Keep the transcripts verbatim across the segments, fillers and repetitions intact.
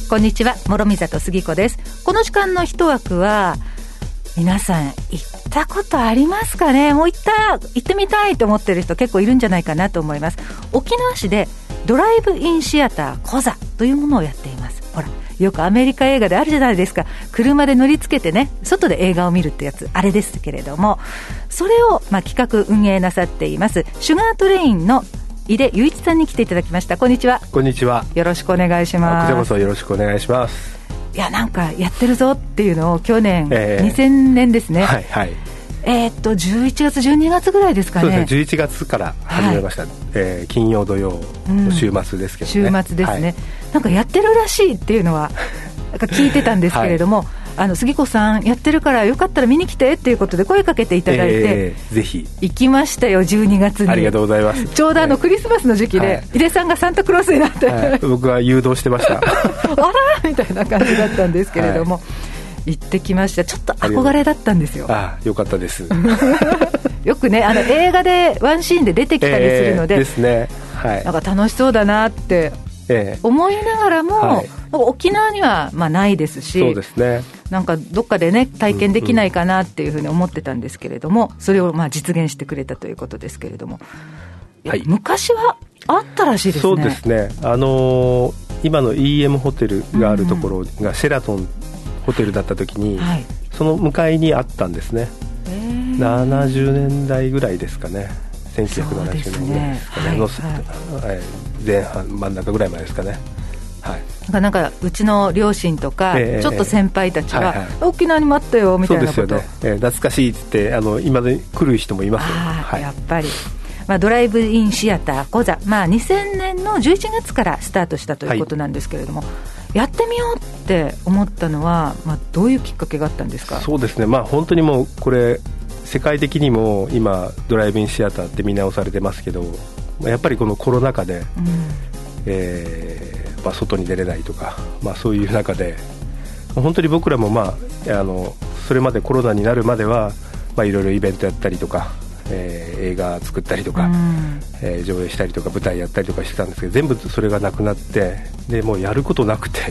こんにちは、諸見里杉子です。この時間の一枠は、皆さん行ったことありますかね。もう行った行ってみたいと思ってる人結構いるんじゃないかなと思います。沖縄市でドライブインシアターコザというものをやっています。ほら、よくアメリカ映画であるじゃないですか。車で乗り付けてね、外で映画を見るってやつ、あれですけれども、それを、まあ、企画運営なさっていますシュガートレインの井出雄一さんに来ていただきました。こんにちは。 こんにちは。 よろしくお願いします。 こちらこそよろしくお願いします。 いや、なんかやってるぞっていうのを去年、 えー、 にせんねんですね。 はいはい。 えー、っとじゅういちがつじゅうにがつぐらいですかね。 そうですね、じゅういちがつから始めました、はい、えー、金曜土曜の週末ですけどね、 うん、週末ですね、はい、なんかやってるらしいっていうのはなんか聞いてたんですけれども、はい、あの杉子さんやってるからよかったら見に来てっていうことで声かけていただいて、えー、 ぜひ行きましたよ。じゅうにがつにありがとうございます。 ちょうどあのクリスマスの時期で、はい、井出さんがサンタクロースになって、 はい、僕は誘導してましたあらみたいな感じだったんですけれども、はい、行ってきました。ちょっと憧れだったんですよ。 ああ、よかったですよくね、あの映画でワンシーンで出てきたりするので、 えー、ですね、はい、 なんか楽しそうだなって思いながらも、はい、沖縄にはまあないですし、 そうですね、 なんかどっかでね体験できないかなっていうふうに思ってたんですけれども、うんうん、それをまあ実現してくれたということですけれども、はい、昔はあったらしいですね。 そうですね、あのー、今の イーエム ホテルがあるところがシェラトンホテルだった時に、はい、その向かいにあったんですね。ななじゅうねんだいぐらいですかね。せんきゅうひゃくななじゅうねんぐらいですかね、はいはい、前半真ん中ぐらい前ですかね、はい、 なんかうちの両親とか、えー、ちょっと先輩たちが、えーはいはい、沖縄にもあったよみたいなこと。 そうですよね、えー、懐かしいって言ってあの今で来る人もいますよ。 あ、 はい、 やっぱり、まあ、ドライブインシアターコザ、まあ、にせんねんのじゅういちがつからスタートしたということなんですけれども、はい、やってみようって思ったのは、まあ、どういうきっかけがあったんですか。 そうですね、まあ、本当にもうこれ世界的にも今ドライブインシアターって見直されてますけど、やっぱりこのコロナ禍で、うん、えーまあ、外に出れないとか、まあ、そういう中で本当に僕らも、まあ、あのそれまでコロナになるまでは、まあ、いろいろイベントやったりとか、えー、映画作ったりとか、うんえー、上映したりとか舞台やったりとかしてたんですけど、全部それがなくなって、でもうやることなくて、はい、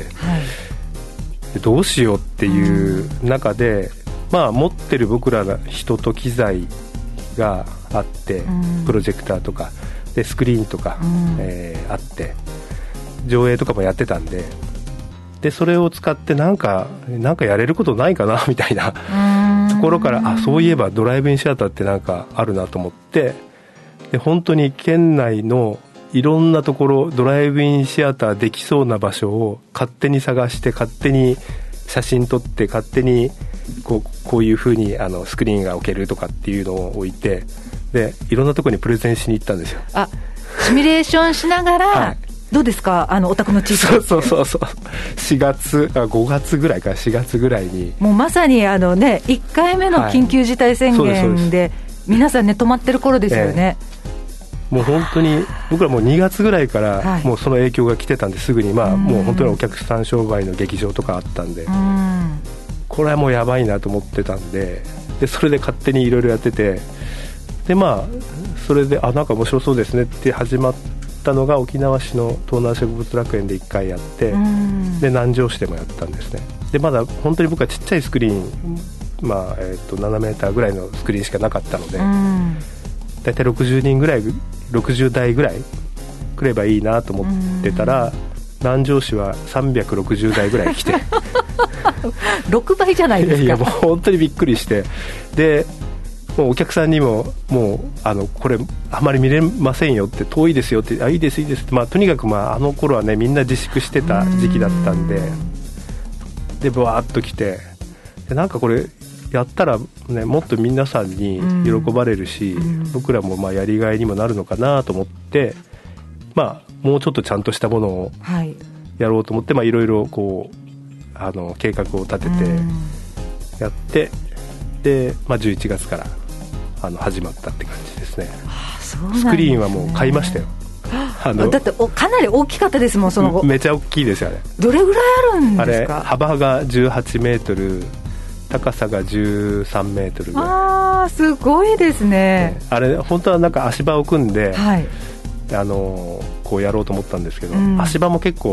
でどうしようっていう中で、まあ、持ってる僕らが人と機材があって、うん、プロジェクターとかでスクリーンとか、うんえー、あって上映とかもやってたんで、でそれを使ってなんか、なんかやれることないかなみたいなところから、あ、そういえばドライブインシアターってなんかあるなと思って、で本当に県内のいろんなところドライブインシアターできそうな場所を勝手に探して、勝手に写真撮って、勝手にこう、こういう風にあのスクリーンが置けるとかっていうのを置いて、でいろんなところにプレゼンしに行ったんですよ。 あ、シミュレーションしながら、はい、どうですか、あのお宅の地域。 そうそうそうそう、しがつあごがつぐらいかしがつぐらいに、 もうまさにあの、ね、いっかいめの緊急事態宣言で、はい、皆さんね止まってる頃ですよね、 えー、もう本当に僕らもうにがつぐらいからもうその影響が来てたんで、すぐに、まあ、もう本当にお客さん商売の劇場とかあったんで、うん、これはもうやばいなと思ってたんで、でそれで勝手にいろいろやってて、でまあそれであなんか面白そうですねって始まったのが沖縄市の東南植物楽園でいっかいやって、で南城市でもやったんですね。でまだ本当に僕はちっちゃいスクリーン、まあえー、とななメーターぐらいのスクリーンしかなかったので、だいたいろくじゅうにんぐらい、ろくじゅうだいぐらい来ればいいなと思ってたら、南城市はさんびゃくろくじゅうだいぐらい来てろくばいじゃないですか。 いやいやもう本当にびっくりして、でもうお客さんにももうあのこれあまり見れませんよって、遠いですよって、あいいですいいですって、まあ、とにかく、まあ、あの頃はねみんな自粛してた時期だったんで、でブワーッと来て、でなんかこれやったら、ね、もっと皆さんに喜ばれるし、僕らもまあやりがいにもなるのかなと思って、まあ、もうちょっとちゃんとしたものをやろうと思って、はいろいろこうあの計画を立ててやって、で、まあ、じゅういちがつからあの始まったって感じですね。 ああ、そうなんですね。 スクリーンはもう買いましたよ。あのだっておかなり大きかったですもん。そのめちゃ大きいですよあれ。 どれぐらいあるんですか。 あれ幅がじゅうはちメートル、高さがじゅうさんメートルぐらい。 ああ、すごいですね。 あれ本当はなんか足場を組んで、 はい、 あのこうやろうと思ったんですけど、うん、足場も結構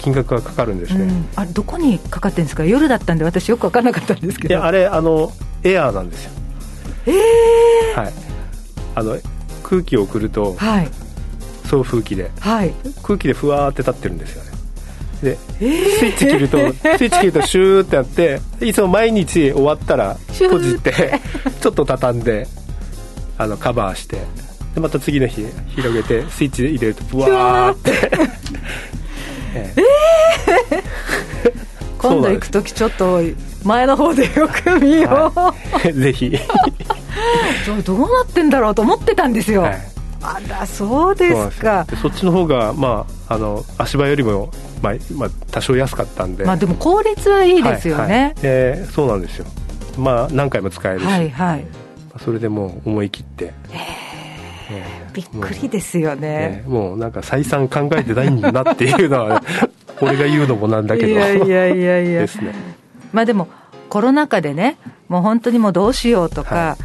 金額がかかるんですね、うん、 あれどこにかかってるんですか？夜だったんで私よく分からなかったんですけど。 いやあれあのエアーなんですよ。 えーはい、あの空気を送ると、はい、送風機で、はい、空気でふわーって立ってるんですよね。で、えー、スイッチ切るとスイッチ切るとシューってやっていつも毎日終わったら閉じてちょっと畳んであのカバーしてでまた次の日広げてスイッチ入れるとブワーってえー、 今度行くときちょっと前の方でよく見よう、 はい、ぜひどうなってんだろうと思ってたんですよ、はい、あらそうですか。 そ, そっちの方が、まあ、あの足場よりも、まあまあ、多少安かったんで、 まあ、でも効率はいいですよね、はいはい、 えー、そうなんですよ。まあ何回も使えるし、 はいはい、 それでもう思い切って、 えーえー、びっくりですよね。 もう、えー、もうなんか採算考えてないんだなっていうのは、ね、俺が言うのもなんだけどいやいやいやいやですね。 まあでもコロナ禍でねもう本当にもうどうしようとか、はい、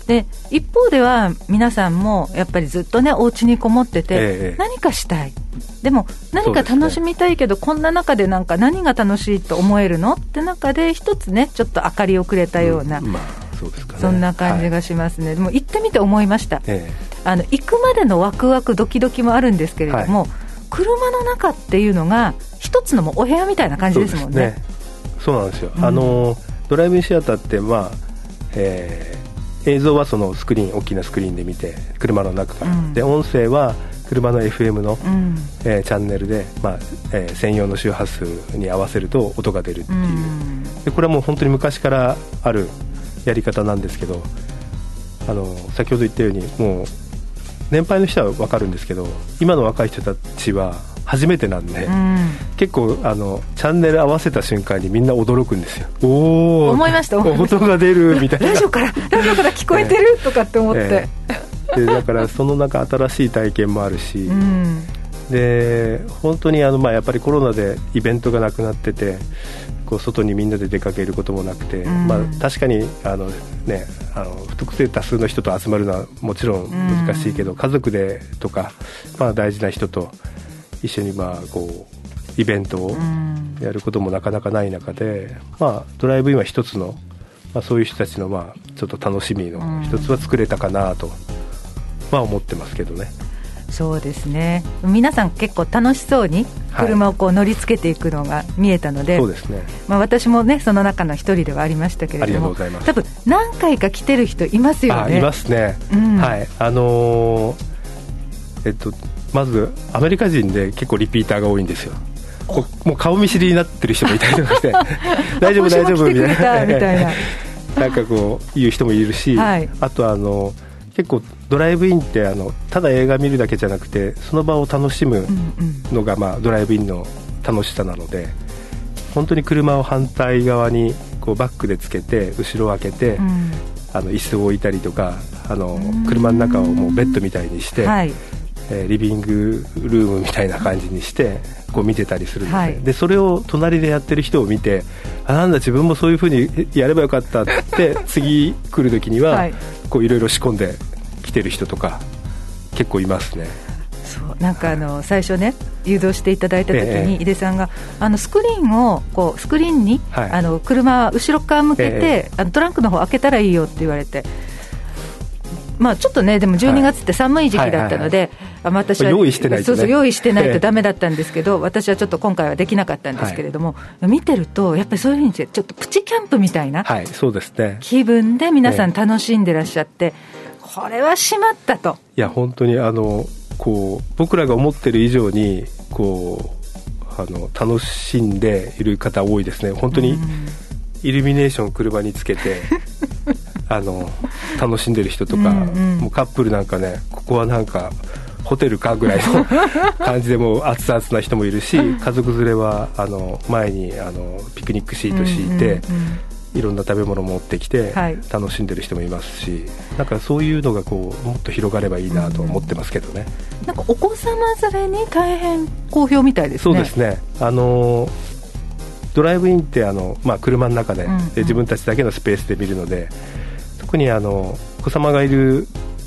で一方では皆さんもやっぱりずっとねお家にこもってて、ええ、何かしたい、でも何か楽しみたいけど、ね、こんな中でなんか何が楽しいと思えるのって中で一つねちょっと明かりをくれたような、うんまあそうですかね、そんな感じがしますね、はい、でも行ってみて思いました、ええ、あの行くまでのワクワクドキドキもあるんですけれども、はい、車の中っていうのが一つのもうお部屋みたいな感じですもんね。 そうなんですよ、うん、あのドライブインシアターって、まあえー、映像はそのスクリーン大きなスクリーンで見て車の中から、うん、で音声は車の エフエム の、うんえー、チャンネルで、まあえー、専用の周波数に合わせると音が出るっていう、うん、でこれはもう本当に昔からあるやり方なんですけど、あの先ほど言ったようにもう年配の人は分かるんですけど今の若い人たちは初めてなんで、うん、結構あのチャンネル合わせた瞬間にみんな驚くんですよ。おー思いました音が出るみたいなラジオからラジオから聞こえてる、えー、とかって思って、えー、でだからその中新しい体験もあるし、うん、で本当にあの、まあ、やっぱりコロナでイベントがなくなっててこう外にみんなで出かけることもなくて、うんまあ、確かにあの、ね、あの不特定多数の人と集まるのはもちろん難しいけど、うん、家族でとか、まあ、大事な人と一緒にまあこうイベントをやることもなかなかない中で、まあ、ドライブインは一つの、まあ、そういう人たちのまあちょっと楽しみの一つは作れたかなと、まあ、思ってますけどね。 そうですね、皆さん結構楽しそうに車をこう乗りつけていくのが見えたので、はい、そうですね、まあ、私もねその中の一人ではありましたけれども、ありがとうございます。多分何回か来てる人いますよね。 あいますね、うんはいあのーえっと、まずアメリカ人で結構リピーターが多いんですよ。もう顔見知りになってる人もいたりとかして大丈夫大丈夫みたいなみたいななんかこう言う人もいるし、はい、あとあの結構ドライブインってあのただ映画見るだけじゃなくてその場を楽しむのが、まあ、ドライブインの楽しさなので、本当に車を反対側にこうバックでつけて後ろを開けて、うん、あの椅子を置いたりとかあの車の中をもうベッドみたいにして、はいえー、リビングルームみたいな感じにしてこう見てたりするので、はい、でそれを隣でやってる人を見てあなんだ自分もそういう風にやればよかったって次来る時には、はい、こういろいろ仕込んで来てる人とか結構いますね。 そうなんかあの最初ね誘導していただいた時に、ええ、井出さんがあのスクリーンをこうスクリーンに、はい、あの車後ろ側向けて、え、あのトランクの方開けたらいいよって言われて、まあ、ちょっとねでもじゅうにがつって寒い時期だったので、はいはいはい、私は用意してないと、ね、 そうそう用意してないとダメだったんですけど、私はちょっと今回はできなかったんですけれども、はい、見てるとやっぱりそういうふうにちょっとプチキャンプみたいな気分で皆さん楽しんでらっしゃって、これはしまったと。 いや本当にあのこう僕らが思ってる以上にこうあの楽しんでいる方多いですね。本当にイルミネーション車につけてあの楽しんでる人とか、うんうん、もうカップルなんかねここはなんかホテルかぐらいの感じでもう熱々な人もいるし家族連れはあの前にあのピクニックシート敷いて、うんうんうん、いろんな食べ物持ってきて楽しんでる人もいますし、はい、なんかそういうのがこうもっと広がればいいなと思ってますけどね、 うん、なんかお子様連れに大変好評みたいですね。 そうですね、あのドライブインってあの、まあ、車の中で、うんうん、自分たちだけのスペースで見るので、特にあのお子様がいる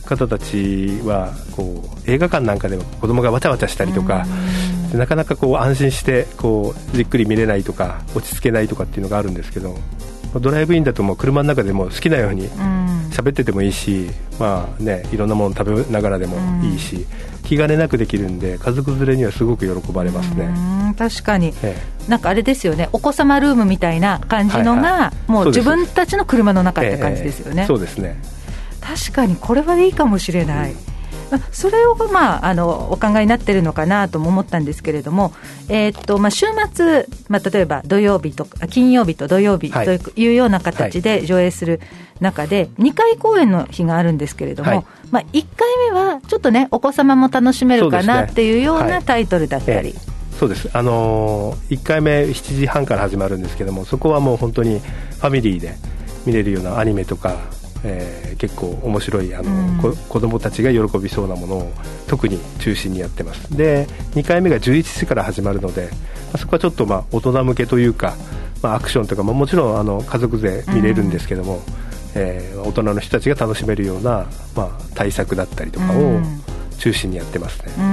方たちはこう映画館なんかでも子供がわちゃわちゃしたりとか、なかなかこう安心してこうじっくり見れないとか落ち着けないとかっていうのがあるんですけど、ドライブインだともう車の中でも好きなように喋っててもいいし、まあね、いろんなもの食べながらでもいいし、気兼ねなくできるんで家族連れにはすごく喜ばれますね。 うん、確かに、 ええ、 なんかあれですよね、お子様ルームみたいな感じのが、はいはい、もう自分たちの車の中って感じですよね。 そうですね。 確かにこれはいいかもしれない、うん、それを、まあ、あのお考えになってるのかなとも思ったんですけれども、えーっとまあ、週末、まあ、例えば土曜日とか金曜日と土曜日というような形で上映する中で、はい、にかい公演の日があるんですけれども、はい、まあ、いっかいめはちょっとねお子様も楽しめるかなっていうようなタイトルだったり、 そうです、あのー、いっかいめしちじはんから始まるんですけども、そこはもう本当にファミリーで見れるようなアニメとか、えー、結構面白いあの、うん、こ子どもたちが喜びそうなものを特に中心にやってます。でにかいめがじゅういちじから始まるので、まあ、そこはちょっとまあ大人向けというか、まあ、アクションとかももちろんあの家族で見れるんですけども、うん、えー、大人の人たちが楽しめるような、まあ、対策だったりとかを中心にやってますね。 うん、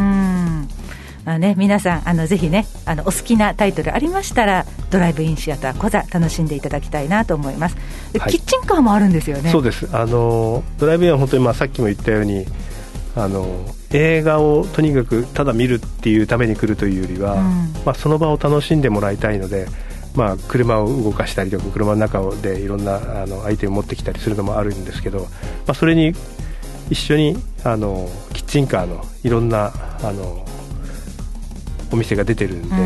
まあね、皆さんあのぜひね、あのお好きなタイトルありましたらドライブインシアターコザ楽しんでいただきたいなと思います。はい、キッチンカーもあるんですよね。 そうです、あのドライブインは本当に、まあ、さっきも言ったようにあの映画をとにかくただ見るっていうために来るというよりは、うん、まあ、その場を楽しんでもらいたいので、まあ、車を動かしたりとか車の中でいろんなあのアイテムを持ってきたりするのもあるんですけど、まあ、それに一緒にあのキッチンカーのいろんなあのお店が出てるんで、うん、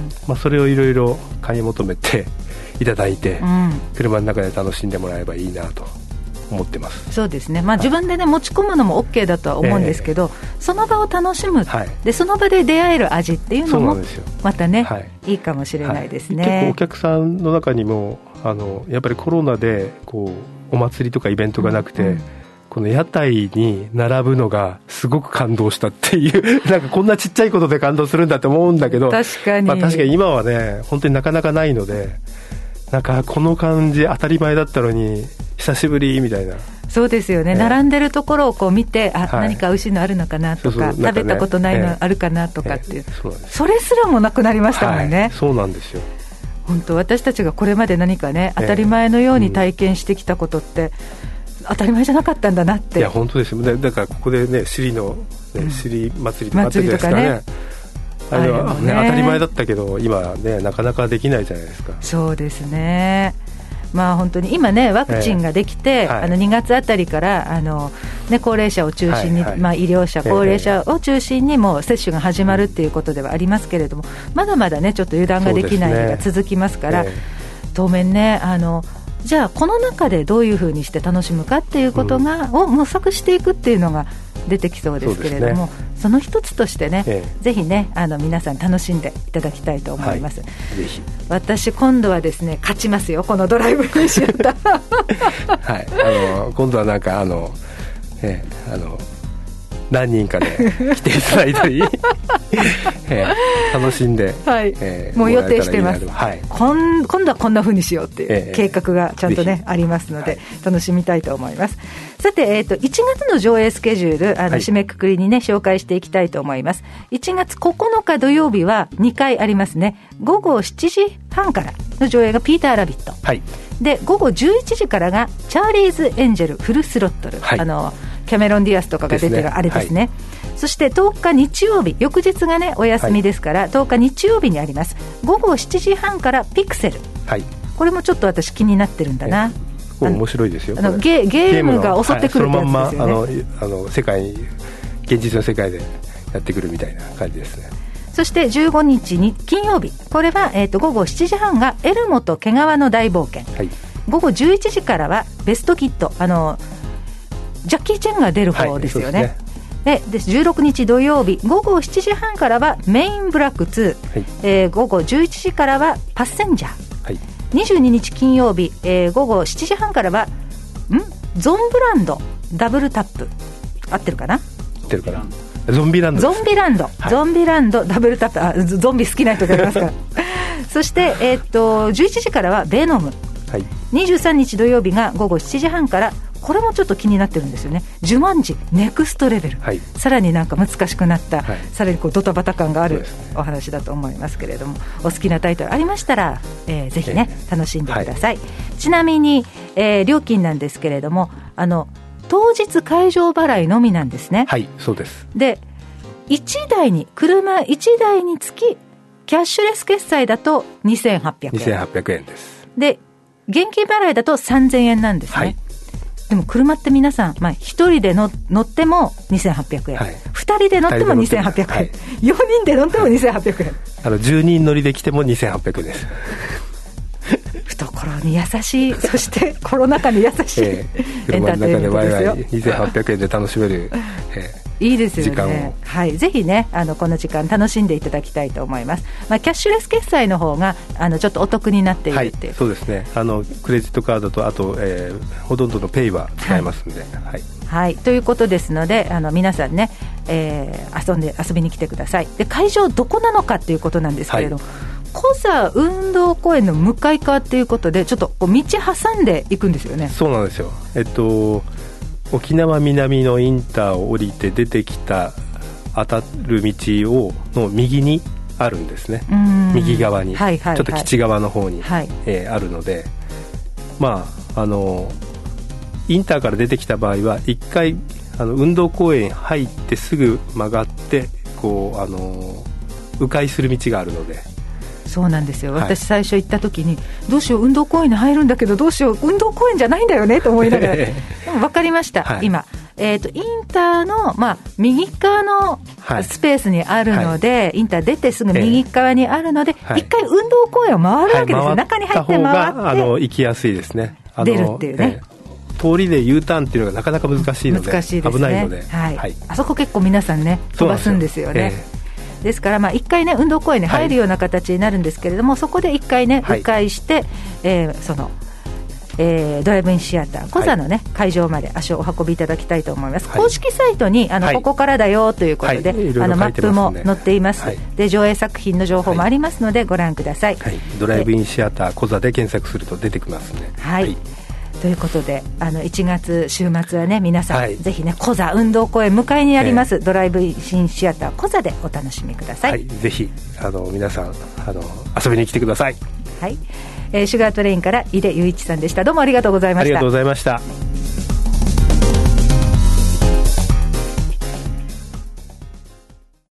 まあ、それをいろいろ買い求めていただいて、うん、車の中で楽しんでもらえばいいなと思ってます。 そうですね、まあ、自分で、ね、持ち込むのも OK だとは思うんですけど、えー、その場を楽しむ、はい、でその場で出会える味っていうのもまたね、はい、いいかもしれないですね。 はい、結構お客さんの中にもあのやっぱりコロナでこうお祭りとかイベントがなくて、うんうん、この屋台に並ぶのがすごく感動したっていうなんかこんなちっちゃいことで感動するんだと思うんだけど、 確かに、 まあ、確かに今はね本当になかなかないので、なんかこの感じ当たり前だったのに久しぶりみたいな。 そうですよね、えー、並んでるところをこう見て、あ、はい、何か美味しいのあるのかなとか、そうそう、なんかね、食べたことないのあるかなとかっていう、えー、そうなんです。それすらもなくなりましたもんね。 はい、そうなんですよ。 本当私たちがこれまで何かね当たり前のように体験してきたことって、えーうん当たり前じゃなかったんだなって。 いや本当ですよ。だからここでねシリの、ね、シリ祭りとかあったじゃないですかね。ねあれは、ね、当たり前だったけど今ねなかなかできないじゃないですか。 そうですね。まあ本当に今ねワクチンができて、えーはい、あのにがつあたりからあの、ね、高齢者を中心に、はいはい、まあ、医療者高齢者を中心にもう接種が始まるっていうことではありますけれども、まだまだねちょっと油断ができない日が続きますから、ね、当面ねあのじゃあこの中でどういうふうにして楽しむかっていうことが、うん、を模索していくっていうのが出てきそうですけれども、 そ, ね、その一つとしてね、ええ、ぜひねあの皆さん楽しんでいただきたいと思います。はい、ぜひ私今度はですね勝ちますよこのドライブインシアターはい、あの今度はなんかあの、ええ、あの何人かで来ていただいたり、えー、楽しんで、 はいえー、もう予定してます、はい、今, 今度はこんな風にしようっていう計画がちゃんとね、えー、ありますので、はい、楽しみたいと思います。さて、えー、といちがつの上映スケジュールあの、はい、締めくくりにね紹介していきたいと思います。いちがつここのか土曜日はにかいありますね。ごごしちじはんからの上映がピーターラビット、はい、でごごじゅういちじからがチャーリーズエンジェルフルスロットル、はい、あのキャメロン・ディアスとかが出てるあれですね、はい、そしてとおか日曜日翌日がねお休みですから、はい、とおか日曜日にありますごごしちじはんからピクセル、はい、これもちょっと私気になってるんだな。 えー、面白いですよ。 あの ゲ, ゲームが襲ってくるってやつですよね。はい、そのまんまあのあの世界現実の世界でやってくるみたいな感じですね。 そしてじゅうごにちに金曜日これは、えー、とごごしちじはんがエルモと毛皮の大冒険、はい、ごごじゅういちじからはベストキッドあのジャッキー・チェンが出る方ですよね。はい、ででじゅうろくにち土曜日ごごしちじはんからはメインブラックツー、はいえー、ごごじゅういちじからはパッセンジャー、はい、にじゅうににち金曜日、えー、ごごしちじはんからはんゾンブランドダブルタップ合ってるかな合ってるかなゾンビランドゾンビランド、はい、ゾンビランドダブルタップあゾンビ好きな人がいますからそして、えー、っとじゅういちじからはベノム、はい、にじゅうさんにち土曜日がごごしちじはんからこれもちょっと気になってるんですよね。ジュマンジネクストレベル、はい、さらになんか難しくなった、はい、さらにこうドタバタ感があるお話だと思いますけれども、お好きなタイトルありましたら、えー、ぜひね、えー、楽しんでください、はい、ちなみに、えー、料金なんですけれども、あの当日会場払いのみなんですね。 はい、そうです。 でいちだいに車いちだいにつきキャッシュレス決済だとにせんはっぴゃくえん、 にせんはっぴゃくえんです。 で現金払いだとさんぜんえんなんですね、はい、でも車って皆さん、まあ、ひとりでの乗ってもにせんはっぴゃくえん、はい、ふたりで乗ってもにせんはっぴゃくえん、はい、よにんで乗ってもにせんはっぴゃくえん、はい、 あのじゅうにん乗りで来てもにせんはっぴゃくえんです懐に優しい、そしてコロナ禍に優しい、えー、エンターテインメントですよ。 にせんはっぴゃくえんで楽しめる、 えー、いいですよね、時間を、はい、ぜひね、あのこの時間楽しんでいただきたいと思います。まあ、キャッシュレス決済の方があのちょっとお得になっているっていう、 はい、そうですね。あのクレジットカードとあと、えー、ほとんどのペイは使えますので、はいはいはい、ということですので、あの皆さんね、えー、遊んで遊びに来てください。で会場どこなのかっていうことなんですけれども、はい、コザ運動公園の向かい側ということで、ちょっとこう道挟んでいくんですよね。 そうなんですよ。えっと沖縄南のインターを降りて出てきた当たる道をの右にあるんですね。右側に、はいはいはい、ちょっと基地側の方に、はい、えー、あるので、まああのインターから出てきた場合はいっかいあの運動公園入ってすぐ曲がってこうあの迂回する道があるので。 そうなんですよ、はい、私最初行った時にどうしよう運動公園に入るんだけどどうしよう運動公園じゃないんだよねと思いながらでも分かりました、はい、今、えーと、インターの、まあ、右側のスペースにあるので、はい、インター出てすぐ右側にあるので、はい、一回運動公園を回るわけですよ、はい、中に入って回ってあの行きやすいですね。あの出るっていうね、 えー、通りで U ターンっていうのがなかなか難しいので、 難しいですね、 危ないので、 はいはい、あそこ結構皆さんね飛ばすんですよね。ですから、まあ、いっかいね運動公園に入るような形になるんですけれども、はい、そこでいっかいね迂回して、はい、えー、その、えー、ドライブインシアターコザの、ね、はい、会場まで足をお運びいただきたいと思います、はい、公式サイトにあの、はい、ここからだよということで、はい、あのマップも載っています、はい、で上映作品の情報もありますので、はい、ご覧ください、はい、 ドライブインシアターコザで検索すると出てきますね。 はい、はい、ということであのいちがつ週末はね皆さん、はい、ぜひねコザ運動公園向かいにあります、えー、ドライブインシアターコザでお楽しみください、はい、 ぜひあの皆さんあの遊びに来てください。 はい、えー、シュガートレインから井出雄一さんでした。どうもありがとうございました。 ありがとうございました。